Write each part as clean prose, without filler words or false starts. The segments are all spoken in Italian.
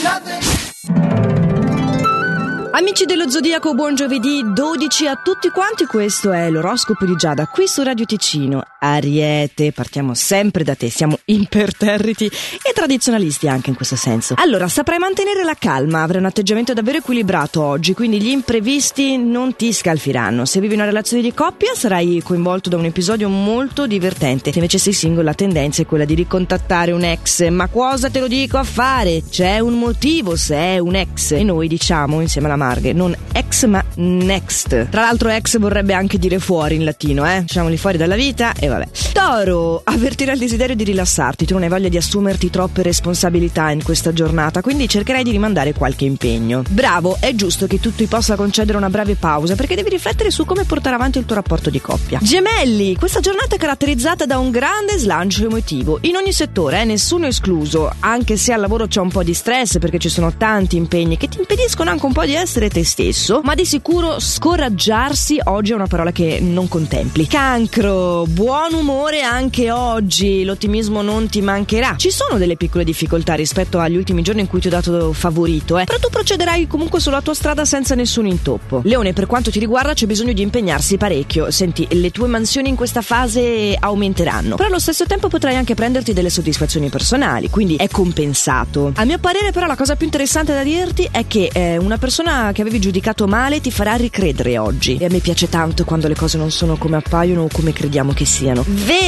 Amici dello Zodiaco, buon giovedì 12 a tutti quanti, questo è l'oroscopo di Giada qui su Radio Ticino. Ariete, partiamo sempre da te, siamo imperterriti e tradizionalisti anche in questo senso. Allora, saprai mantenere la calma, avrai un atteggiamento davvero equilibrato oggi, quindi gli imprevisti non ti scalfiranno. Se vivi una relazione di coppia sarai coinvolto da un episodio molto divertente. Se invece sei single la tendenza è quella di ricontattare un ex. Ma cosa te lo dico a fare? C'è un motivo se è un ex, e noi diciamo insieme alla Marghe non ex ma next. Tra l'altro ex vorrebbe anche dire fuori in latino, lasciamoli fuori dalla vita e vabbè. Toro, avvertirai il desiderio di rilassarti, tu non hai voglia di assumerti troppe responsabilità in questa giornata, quindi cercherai di rimandare qualche impegno. Bravo, è giusto che tu ti possa concedere una breve pausa perché devi riflettere su come portare avanti il tuo rapporto di coppia. Gemelli, questa giornata è caratterizzata da un grande slancio emotivo in ogni settore, nessuno escluso, anche se al lavoro c'è un po' di stress perché ci sono tanti impegni che ti impediscono anche un po' di essere te stesso, ma di sicuro scoraggiarsi oggi è una parola che non contempli. Cancro, buon umore anche oggi, l'ottimismo non ti mancherà. Ci sono delle piccole difficoltà rispetto agli ultimi giorni in cui ti ho dato favorito, però tu procederai comunque sulla tua strada senza nessun intoppo. Leone, per quanto ti riguarda c'è bisogno di impegnarsi parecchio. Senti, le tue mansioni in questa fase aumenteranno, però allo stesso tempo potrai anche prenderti delle soddisfazioni personali, quindi è compensato. A mio parere però la cosa più interessante da dirti è che una persona che avevi giudicato male ti farà ricredere oggi, e a me piace tanto quando le cose non sono come appaiono o come crediamo che siano.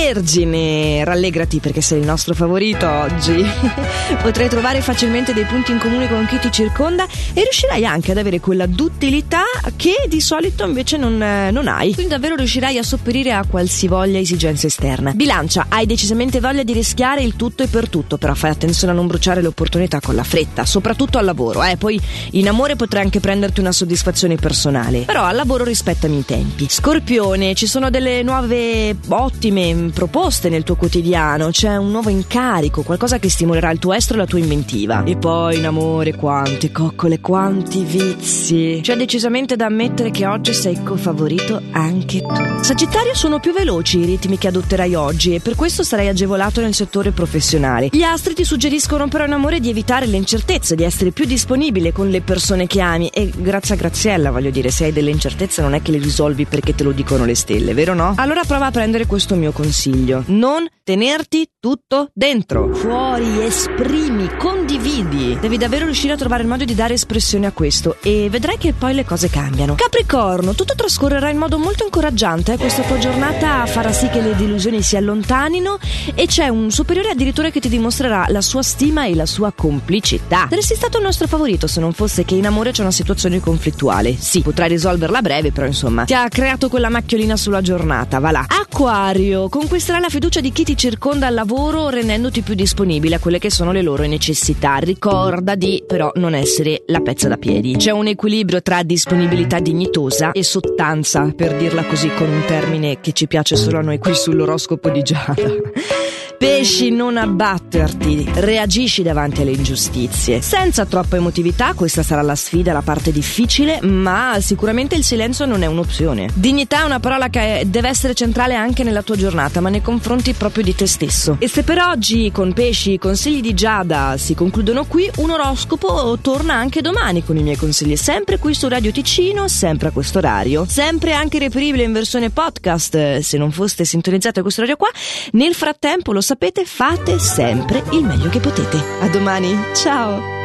Vergine, rallegrati perché sei il nostro favorito oggi. Potrai trovare facilmente dei punti in comune con chi ti circonda e riuscirai anche ad avere quella duttilità che di solito invece non hai, quindi davvero riuscirai a sopperire a qualsivoglia esigenza esterna. Bilancia, hai decisamente voglia di rischiare il tutto e per tutto, però fai attenzione a non bruciare le opportunità con la fretta, soprattutto al lavoro, poi in amore potrai anche prenderti una soddisfazione personale, però al lavoro rispettami i tempi. Scorpione, ci sono delle nuove ottime proposte nel tuo quotidiano, c'è un nuovo incarico, qualcosa che stimolerà il tuo estro e la tua inventiva. E poi in amore quante coccole, quanti vizi, c'è decisamente da ammettere che oggi sei cofavorito anche tu. Sagittario, sono più veloci i ritmi che adotterai oggi e per questo sarai agevolato nel settore professionale. Gli astri ti suggeriscono però in amore di evitare le incertezze, di essere più disponibile con le persone che ami, e grazie a Graziella, voglio dire, se hai delle incertezze non è che le risolvi perché te lo dicono le stelle, vero no? Allora prova a prendere questo mio consiglio: non tenerti tutto dentro, fuori, esprimi, condividi. Devi davvero riuscire a trovare il modo di dare espressione a questo e vedrai che poi le cose cambiano. Capricorno, tutto trascorrerà in modo molto incoraggiante, questa tua giornata farà sì che le delusioni si allontanino e c'è un superiore addirittura che ti dimostrerà la sua stima e la sua complicità. Saresti stato il nostro favorito se non fosse che in amore c'è una situazione conflittuale. Sì, potrai risolverla a breve, però insomma ti ha creato quella macchiolina sulla giornata, va là. Acquario, conquisterai la fiducia di chi ti circonda al lavoro rendendoti più disponibile a quelle che sono le loro necessità. Ricorda di però non essere la pezza da piedi. C'è un equilibrio tra disponibilità dignitosa e sottanza, per dirla così con un termine che ci piace solo a noi qui sull'oroscopo di Giada. Pesci, non abbatterti, reagisci davanti alle ingiustizie. Senza troppa emotività, questa sarà la sfida, la parte difficile, ma sicuramente il silenzio non è un'opzione. Dignità è una parola che deve essere centrale anche nella tua giornata, ma nei confronti proprio di te stesso. E se per oggi con Pesci i consigli di Giada si concludono qui, un oroscopo torna anche domani con i miei consigli, sempre qui su Radio Ticino, sempre a questo orario, sempre anche reperibile in versione podcast se non foste sintonizzati a questo orario qua. Nel frattempo, lo sapete, fate sempre il meglio che potete. A domani, ciao!